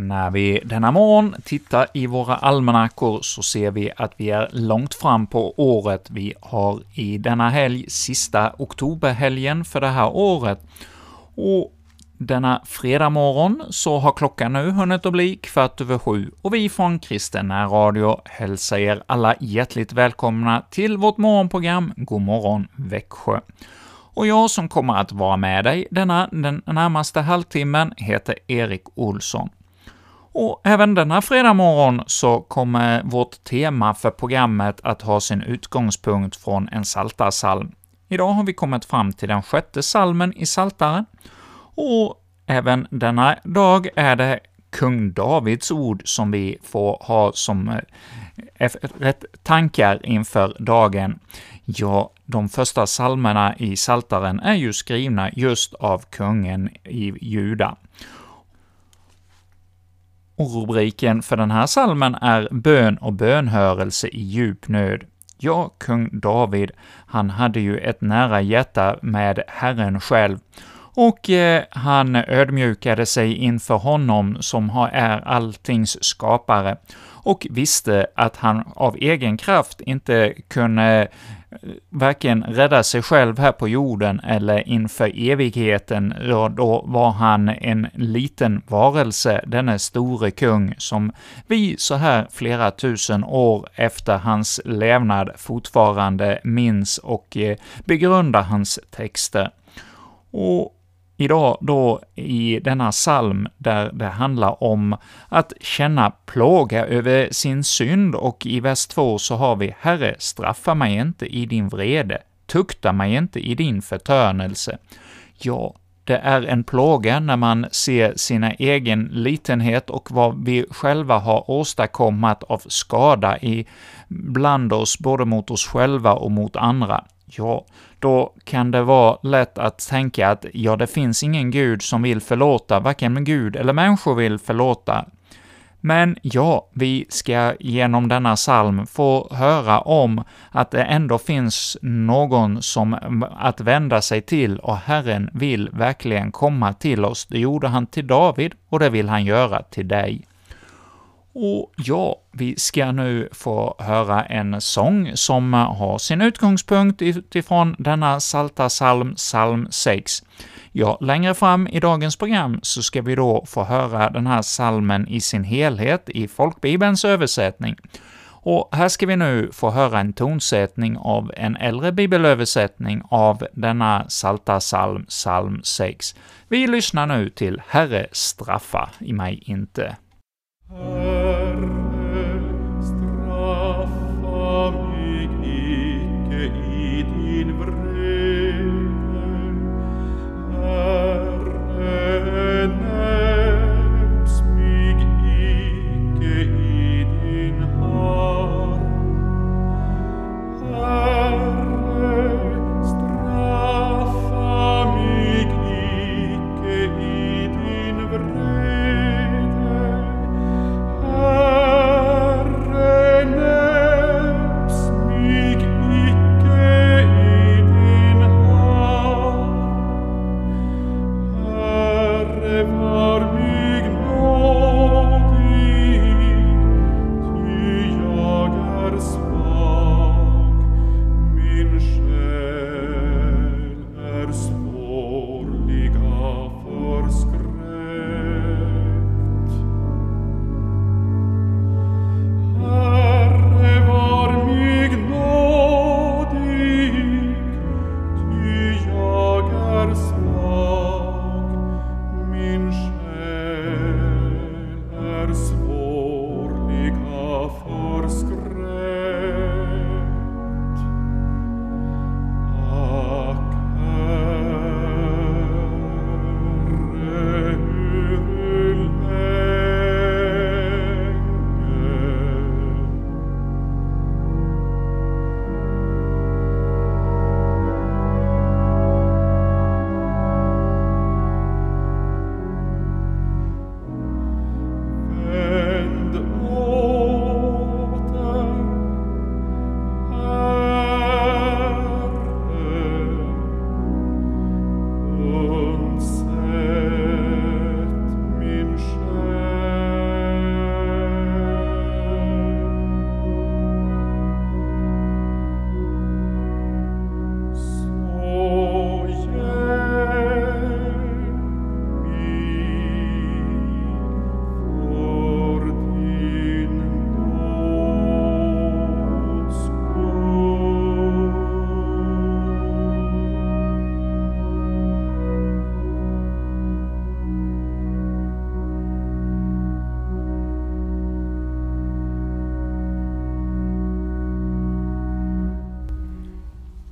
När vi denna morgon tittar i våra almanackor så ser vi att vi är långt fram på året. Vi har i denna helg sista oktoberhelgen för det här året. Och denna fredag morgon så har klockan nu hunnit att bli 6:15 och vi från Kristen Radio hälsar er alla hjärtligt välkomna till vårt morgonprogram God morgon Växjö. Och jag som kommer att vara med dig den närmaste halvtimmen heter Erik Olsson. Och även denna fredag morgon så kommer vårt tema för programmet att ha sin utgångspunkt från en psaltarpsalm. Idag har vi kommit fram till den 6:e psalmen i Psaltaren, och även denna dag är det kung Davids ord som vi får ha som rätt tankar inför dagen. Ja, de första psalmerna i Psaltaren är ju skrivna just av kungen i Juda. Och rubriken för den här psalmen är Bön och bönhörelse i djup nöd. Ja, kung David, han hade ju ett nära hjärta med Herren själv, och han ödmjukade sig inför honom som är alltings skapare, och visste att han av egen kraft inte kunde varken rädda sig själv här på jorden eller inför evigheten. Då var han en liten varelse, denne store kung, som vi så här flera tusen år efter hans levnad fortfarande minns och begrundar hans texter. Och idag då i denna psalm där det handlar om att känna plåga över sin synd, och i vers 2 så har vi Herre, straffa mig inte i din vrede, tukta mig inte i din förtörnelse. Ja, det är en plåga när man ser sina egen litenhet och vad vi själva har åstadkommit av skada bland oss, både mot oss själva och mot andra. Ja, då kan det vara lätt att tänka att det finns ingen Gud som vill förlåta, varken Gud eller människor vill förlåta. Men vi ska genom denna psalm få höra om att det ändå finns någon som att vända sig till, och Herren vill verkligen komma till oss. Det gjorde han till David, och det vill han göra till dig. Och vi ska nu få höra en sång som har sin utgångspunkt utifrån denna psaltarpsalm, psalm 6. Längre fram i dagens program så ska vi då få höra den här psalmen i sin helhet i folkbibelns översättning. Och här ska vi nu få höra en tonsättning av en äldre bibelöversättning av denna psaltarpsalm, psalm 6. Vi lyssnar nu till Herre, straffa i mig inte. Herre, straffa mig icke i din vrede. Herre, näms mig icke i din hand. Herre, straffa mig icke i din vrede.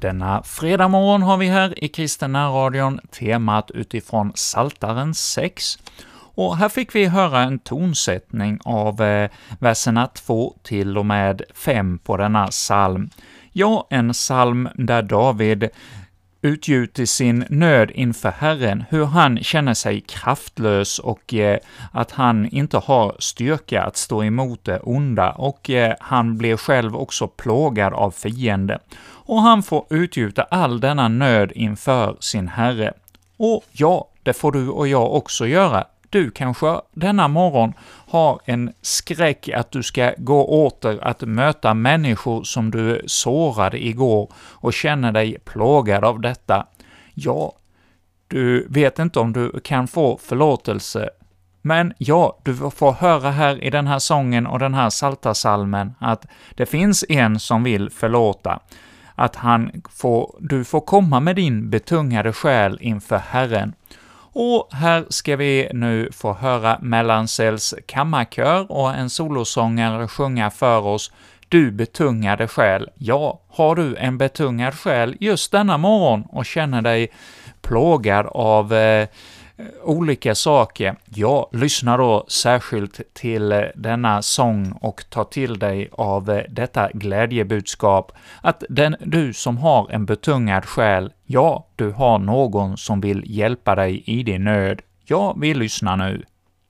Denna fredag morgon har vi här i Kristen närradion temat utifrån Psaltaren 6. Och här fick vi höra en tonsättning av verserna 2 till och med 5 på denna psalm. Ja, en psalm där David utgjuter sin nöd inför Herren, hur han känner sig kraftlös och att han inte har styrka att stå emot det onda, och han blir själv också plågad av fiende. Och han får utgjuta all denna nöd inför sin Herre. Och ja, det får du och jag också göra. Du kanske denna morgon har en skräck att du ska gå åter att möta människor som du sårade igår och känner dig plågad av detta. Ja, du vet inte om du kan få förlåtelse. Men ja, du får höra här i den här sången och den här psaltarpsalmen att det finns en som vill förlåta. Att du får komma med din betungade själ inför Herren. Och här ska vi nu få höra Mellansels kammarkör och en solosångare sjunga för oss Du betungade själ. Ja, har du en betungad själ just denna morgon och känner dig plågad av olika saker, ja, lyssna då särskilt till denna sång och ta till dig av detta glädjebudskap, att du som har en betungad själ, ja, du har någon som vill hjälpa dig i din nöd. Ja, vi lyssnar nu.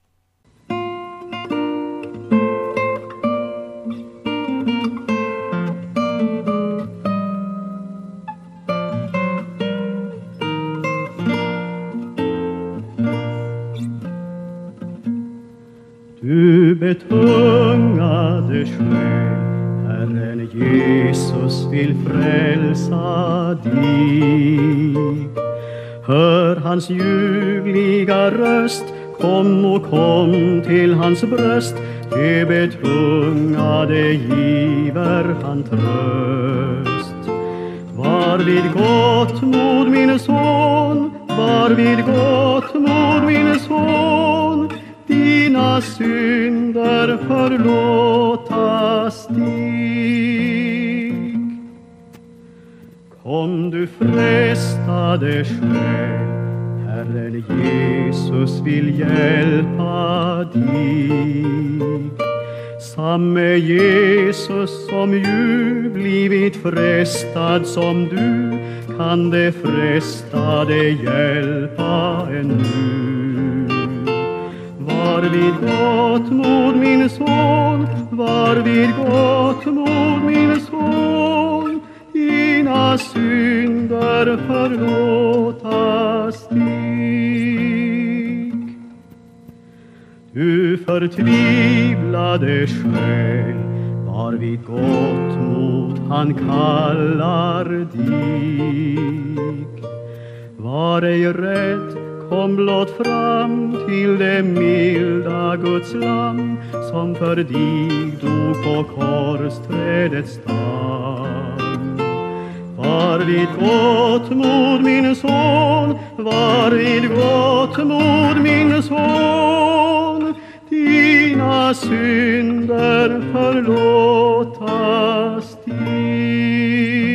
Du betungade själ, Herren Jesus vill frälsa dig. Hör hans ljuvliga röst, kom och kom till hans bröst. Det betungade giver han tröst. Var vid gott mod min son, var vid gott mod min son. Dina synder förlåtas dig. Kom du frestade själ, Herren Jesus vill hjälpa dig. Samme Jesus som ju blivit frestad som du, kan det frestade hjälpa ännu. Var vid gott mod min son, var vid gott mod min son. Dina synder förlåtas dig. Du förtvivlade själ, var vid gott mod han kallar dig. Var ej rädd, kom blott fram till det milda Guds lamm, som för dig dog på korsträdets stam. Var vid gott mod min son, var vid gott mod min son. Dina synder förlåtas dig.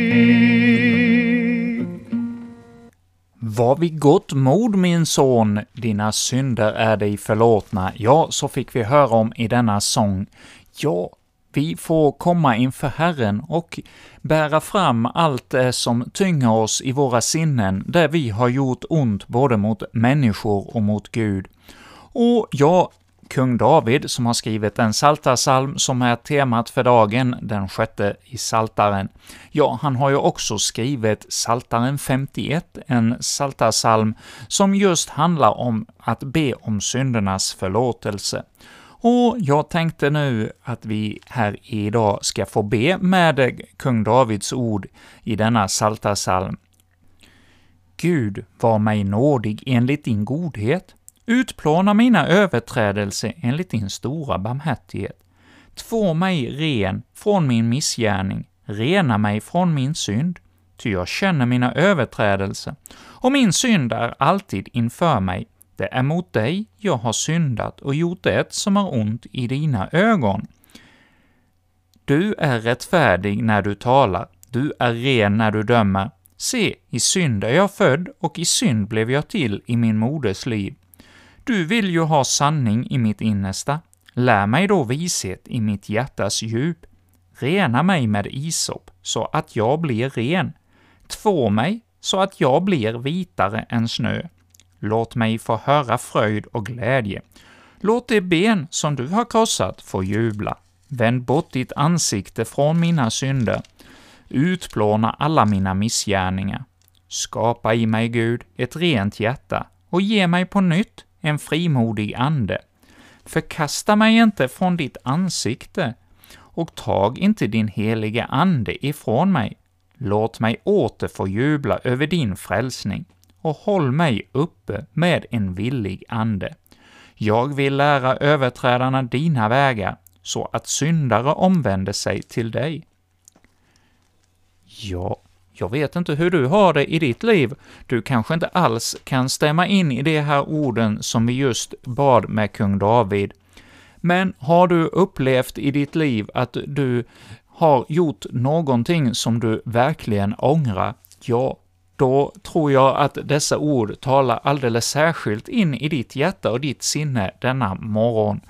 Var vid gott mod min son, dina synder är dig förlåtna. Ja, så fick vi höra om i denna sång. Ja, vi får komma inför Herren och bära fram allt det som tynger oss i våra sinnen, där vi har gjort ont både mot människor och mot Gud. Och ja, kung David som har skrivit en psaltarpsalm som är temat för dagen, den 6:e i psaltaren. Ja, han har ju också skrivit psaltaren 51, en psaltarpsalm som just handlar om att be om syndernas förlåtelse. Och jag tänkte nu att vi här idag ska få be med kung Davids ord i denna psaltarpsalm. Gud, var mig nådig enligt din godhet. Utplåna mina överträdelser enligt din stora barmhärtighet. Två mig ren från min missgärning, rena mig från min synd, ty jag känner mina överträdelser, och min synd är alltid inför mig. Det är mot dig jag har syndat och gjort det som är ont i dina ögon. Du är rättfärdig när du talar, du är ren när du dömer. Se, i synd är jag född och i synd blev jag till i min moders liv. Du vill ju ha sanning i mitt innersta. Lär mig då vishet i mitt hjärtas djup. Rena mig med isop, så att jag blir ren. Två mig, så att jag blir vitare än snö. Låt mig få höra fröjd och glädje. Låt det ben som du har krossat få jubla. Vänd bort ditt ansikte från mina synder. Utplåna alla mina missgärningar. Skapa i mig, Gud, ett rent hjärta och ge mig på nytt en frimodig ande. Förkasta mig inte från ditt ansikte och tag inte din heliga ande ifrån mig. Låt mig åter få jubla över din frälsning och håll mig uppe med en villig ande. Jag vill lära överträdarna dina vägar, så att syndare omvänder sig till dig. Ja, jag vet inte hur du har det i ditt liv. Du kanske inte alls kan stämma in i de här orden som vi just bad med kung David. Men har du upplevt i ditt liv att du har gjort någonting som du verkligen ångrar, ja, då tror jag att dessa ord talar alldeles särskilt in i ditt hjärta och ditt sinne denna morgon.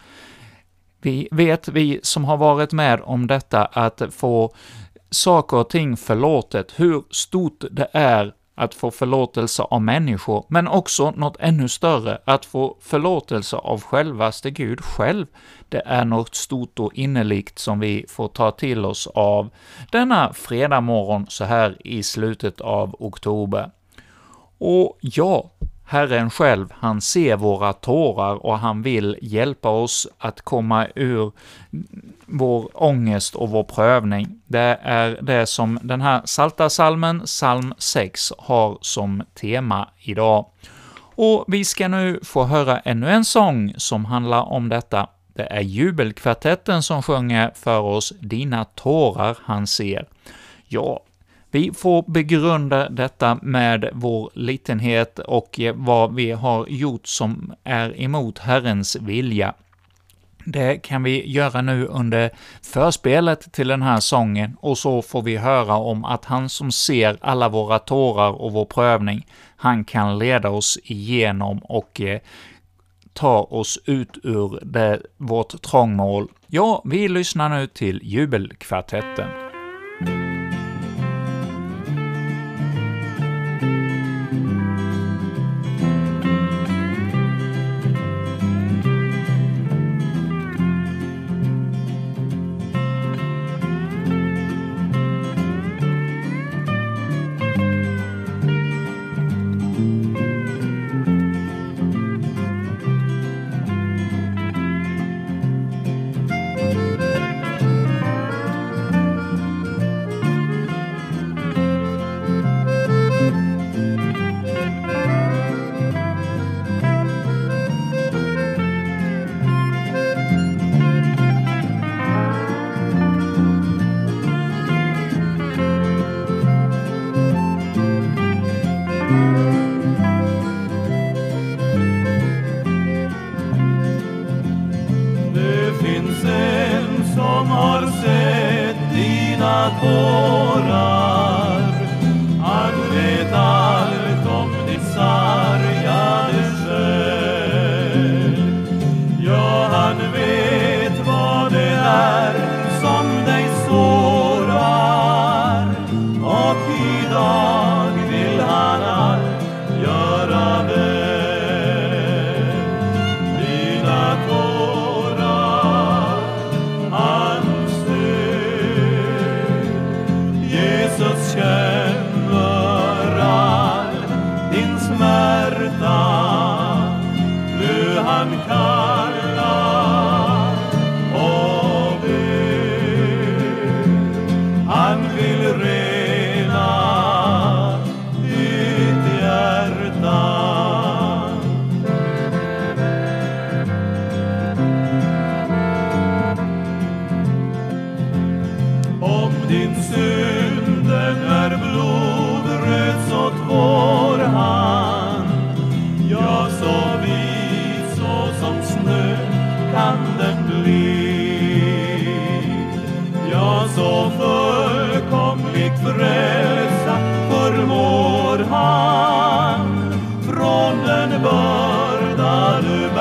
Vi som har varit med om detta, att få saker och ting förlåtet, hur stort det är att få förlåtelse av människor, men också något ännu större, att få förlåtelse av självaste Gud själv. Det är något stort och innerligt som vi får ta till oss av denna fredag morgon så här i slutet av oktober. Och ja, Herren själv, han ser våra tårar och han vill hjälpa oss att komma ur vår ångest och vår prövning. Det är det som den här Psaltarpsalmen, psalm 6, har som tema idag. Och vi ska nu få höra ännu en sång som handlar om detta. Det är Jubelkvartetten som sjunger för oss Dina tårar han ser. Ja, vi får begrunda detta med vår litenhet och vad vi har gjort som är emot Herrens vilja. Det kan vi göra nu under förspelet till den här sången, och så får vi höra om att han som ser alla våra tårar och vår prövning, han kan leda oss igenom och ta oss ut ur vårt trångmål. Ja, vi lyssnar nu till Jubelkvartetten.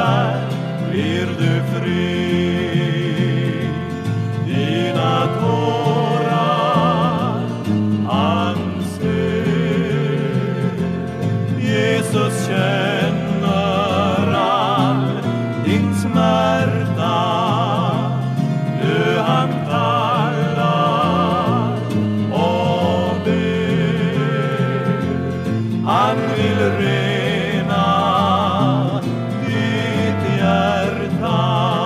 där blir du fri. Dina tårar han ser. Jesus känner all din smärta. Nu han kallar och ber. Han vill rena ditt hjärta.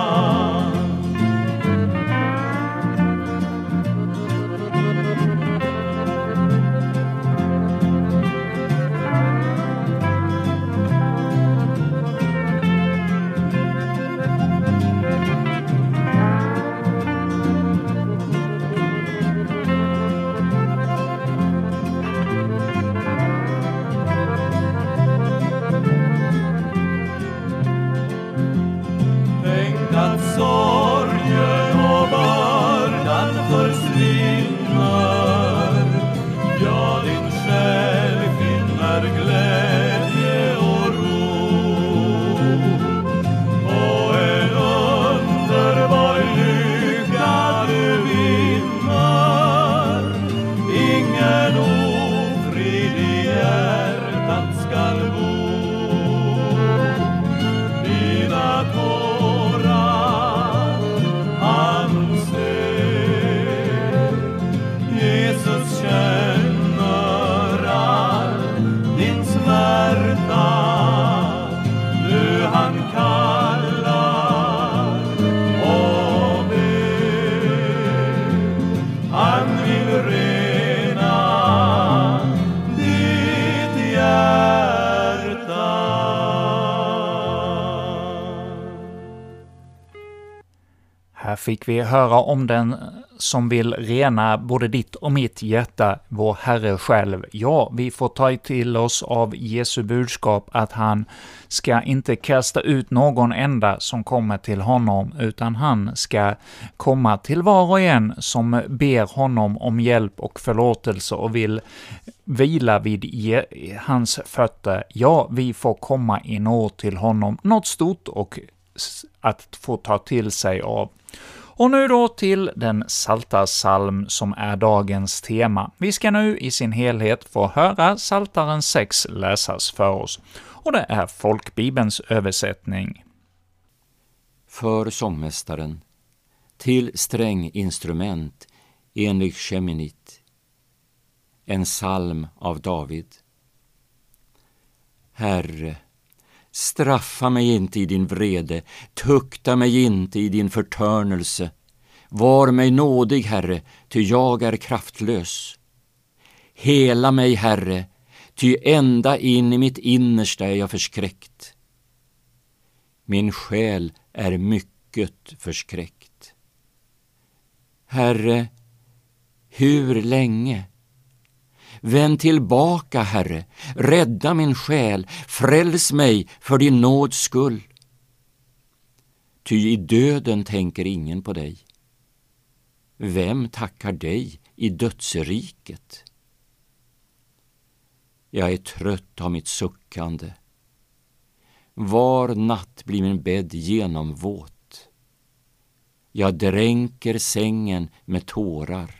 Tänk att sorgen och bördan försvinner. Ja, din själ finner glädje och ro. Och en underbar lycka du vinner. Ingen ofrid i hjärtat skall bo. Dina tårar han ser. Jesus känner all din smärta. Nu han kallar och ber. Han vill rena ditt hjärta. Här fick vi höra om den som vill rena både ditt och mitt hjärta, vår Herre själv. Ja, vi får ta till oss av Jesu budskap att han ska inte kasta ut någon enda som kommer till honom, utan han ska komma till var och en som ber honom om hjälp och förlåtelse och vill vila vid hans fötter. Ja, vi får komma i nåd till honom, något stort och att få ta till sig av. Och nu då till den Psaltarpsalm som är dagens tema. Vi ska nu i sin helhet få höra Psaltaren 6 läsas för oss. Och det är Folkbibelns översättning. För sångmästaren, till stränginstrument enligt Sheminit, en psalm av David. Herre, straffa mig inte i din vrede, tukta mig inte i din förtörnelse. Var mig nådig, Herre, ty jag är kraftlös. Hela mig, Herre, ty ända in i mitt innersta är jag förskräckt. Min själ är mycket förskräckt. Herre, hur länge? Vänd tillbaka, Herre, rädda min själ, fräls mig för din nåds skull. Ty i döden tänker ingen på dig. Vem tackar dig i dödsriket? Jag är trött av mitt suckande. Var natt blir min bädd genomvåt. Jag dränker sängen med tårar.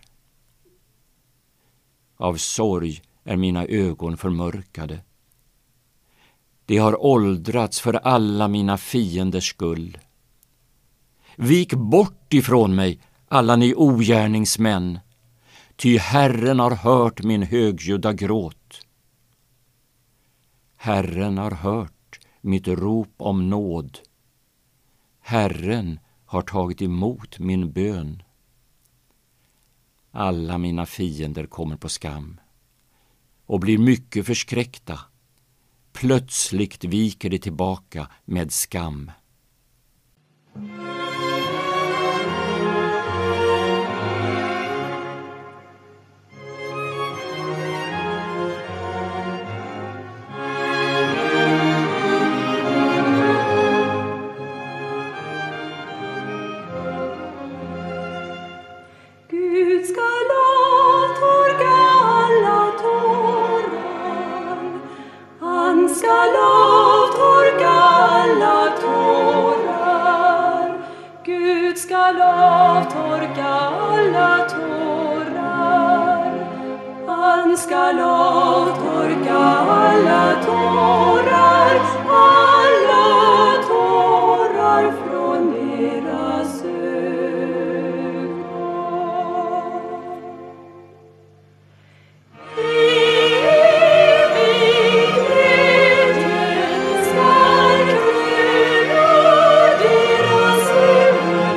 Av sorg är mina ögon förmörkade. De har åldrats för alla mina fienders skull. Vik bort ifrån mig, alla ni ogärningsmän, ty Herren har hört min högljudda gråt. Herren har hört mitt rop om nåd. Herren har tagit emot min bön. Alla mina fiender kommer på skam och blir mycket förskräckta. Plötsligt viker de tillbaka med skam. Ska lov torka alla tårar. skall avtorka alla tårar. Han skall avtorka alla tårar, alla tårar från deras ögon. Evigheten skall kröna deras huvuden.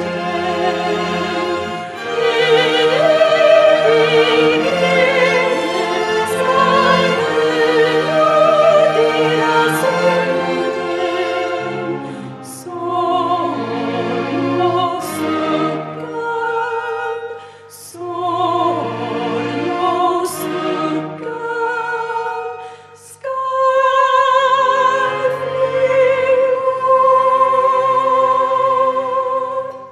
Evigheten skall kröna deras huvuden. Sorg och suckan, sorg och suckan skall fly bort.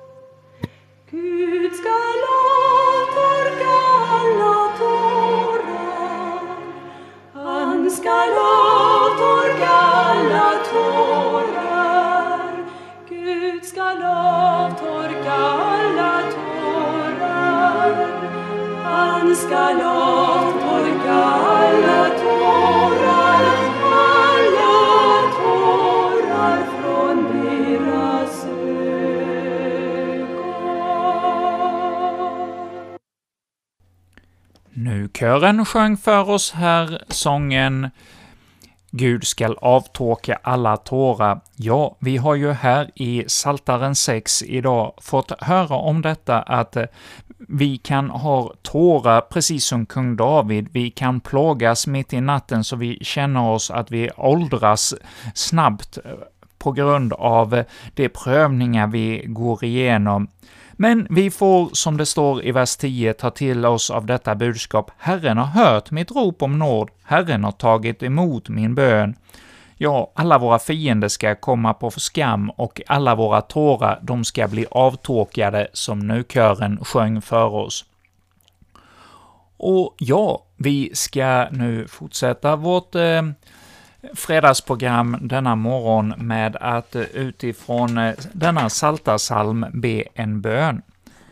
Gud skall avtorka alla tårar. Han skall avtorka alla tårar. Gud skall avtorka alla tårar. Han skall avtorka alla tårar, alla tårar från deras ögon. Nu kören sjöng för oss här sången Gud skall avtorka alla tårar. Ja, vi har ju här i Psaltaren 6 idag fått höra om detta att vi kan ha tårar precis som kung David. Vi kan plågas mitt i natten så vi känner oss att vi åldras snabbt på grund av de prövningar vi går igenom. Men vi får, som det står i vers 10, ta till oss av detta budskap. Herren har hört mitt rop om nåd. Herren har tagit emot min bön. Ja, alla våra fiender ska komma på skam och alla våra tårar, de ska bli avtorkade som nu kören sjöng för oss. Och ja, vi ska nu fortsätta vårt fredagsprogram denna morgon med att utifrån denna psaltarpsalm be en bön.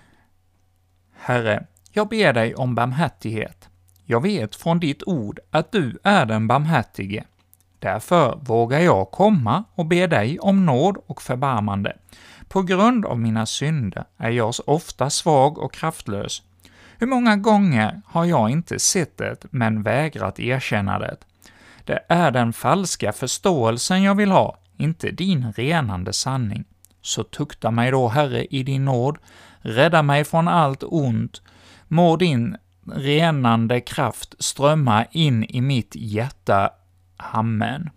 Herre, jag ber dig om barmhärtighet. Jag vet från ditt ord att du är den barmhärtige. Därför vågar jag komma och be dig om nåd och förbarmande. På grund av mina synder är jag ofta svag och kraftlös. Hur många gånger har jag inte sett det men vägrat erkänna det? Det är den falska förståelsen jag vill ha, inte din renande sanning. Så tukta mig då, Herre, i din nåd, rädda mig från allt ont, må din renande kraft strömma in i mitt hjärta. Amen.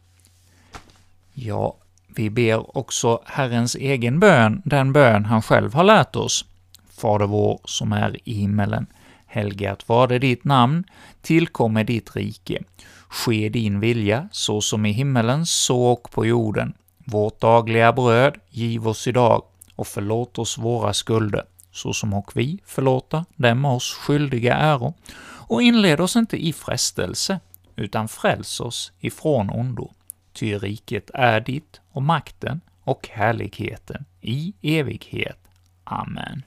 Ja, vi ber också Herrens egen bön, den bön han själv har lärt oss. Fader vår som är i himmelen, helgat varde ditt namn, tillkommer ditt rike. Ske din vilja, så som i himmelen, så och på jorden. Vårt dagliga bröd giv oss idag, och förlåt oss våra skulder, så som och vi förlåta dem oss skyldiga äro. Och inled oss inte i frestelse, utan fräls oss ifrån ondo. Ty riket är ditt, och makten och härligheten i evighet. Amen.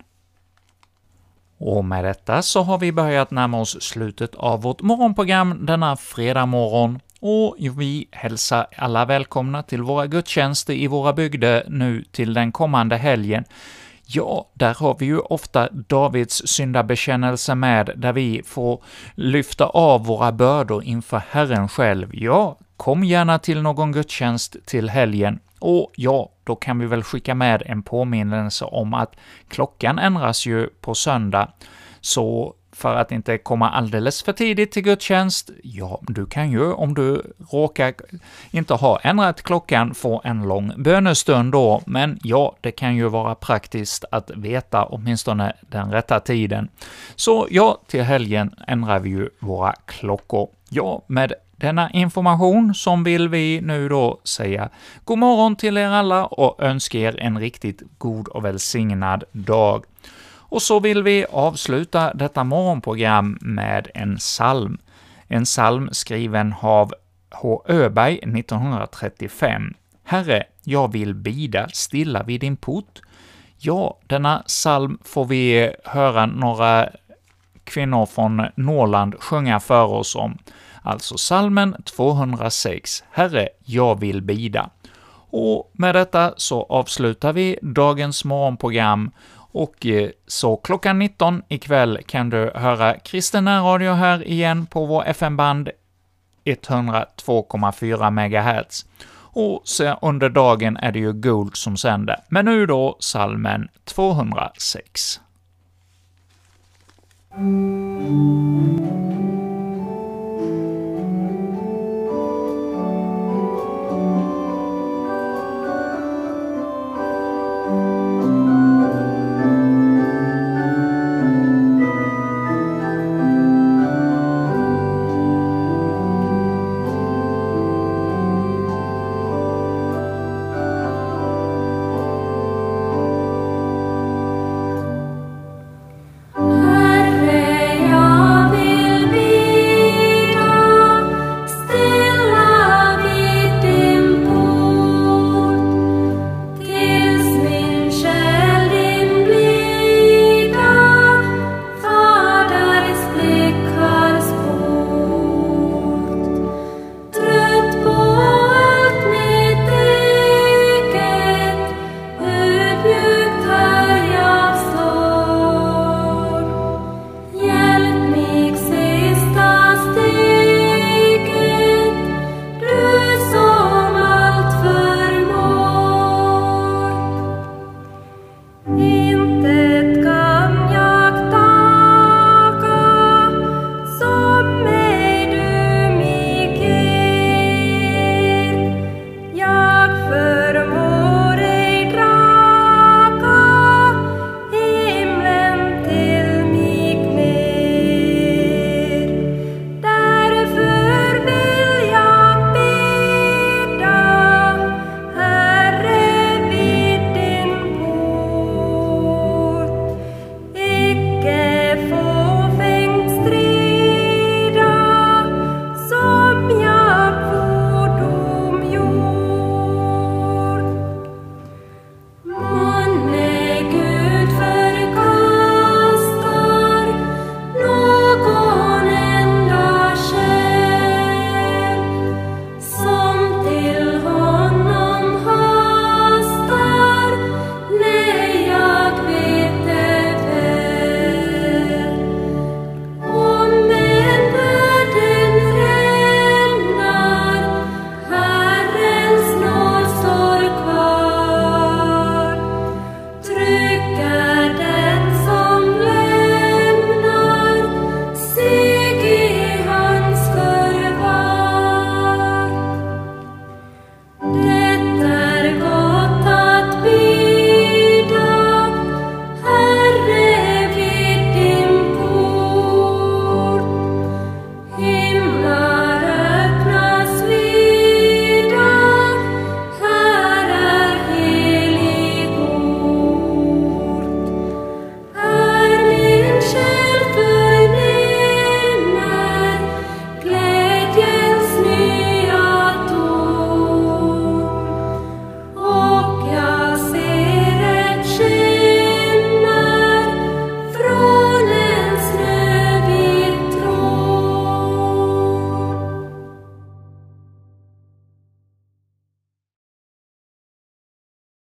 Och med detta så har vi börjat närma oss slutet av vårt morgonprogram denna fredag morgon, och vi hälsar alla välkomna till våra gudstjänster i våra bygder nu till den kommande helgen. Ja, där har vi ju ofta Davids syndabekännelse med, där vi får lyfta av våra bördor inför Herren själv. Ja, kom gärna till någon gudstjänst till helgen. Och ja, då kan vi väl skicka med en påminnelse om att klockan ändras ju på söndag, så för att inte komma alldeles för tidigt till gudstjänst, ja, du kan ju, om du råkar inte ha ändrat klockan, få en lång bönestund då, men ja, det kan ju vara praktiskt att veta åtminstone den rätta tiden. Så ja, till helgen ändrar vi ju våra klockor. Ja, med denna information som vill vi nu då säga god morgon till er alla och önska er en riktigt god och välsignad dag. Och så vill vi avsluta detta morgonprogram med en psalm. En psalm skriven av H. Öberg 1935. Herre, jag vill bida stilla vid din port. Ja, denna psalm får vi höra några kvinnor från Norrland sjunga för oss om. Alltså psalmen 206, Herre, jag vill bida. Och med detta så avslutar vi dagens morgonprogram, och så klockan 19 ikväll kan du höra Kristen Radio här igen på vår FM-band 102,4 MHz. Och så under dagen är det ju Gold som sänder. Men nu då psalmen 206. Jag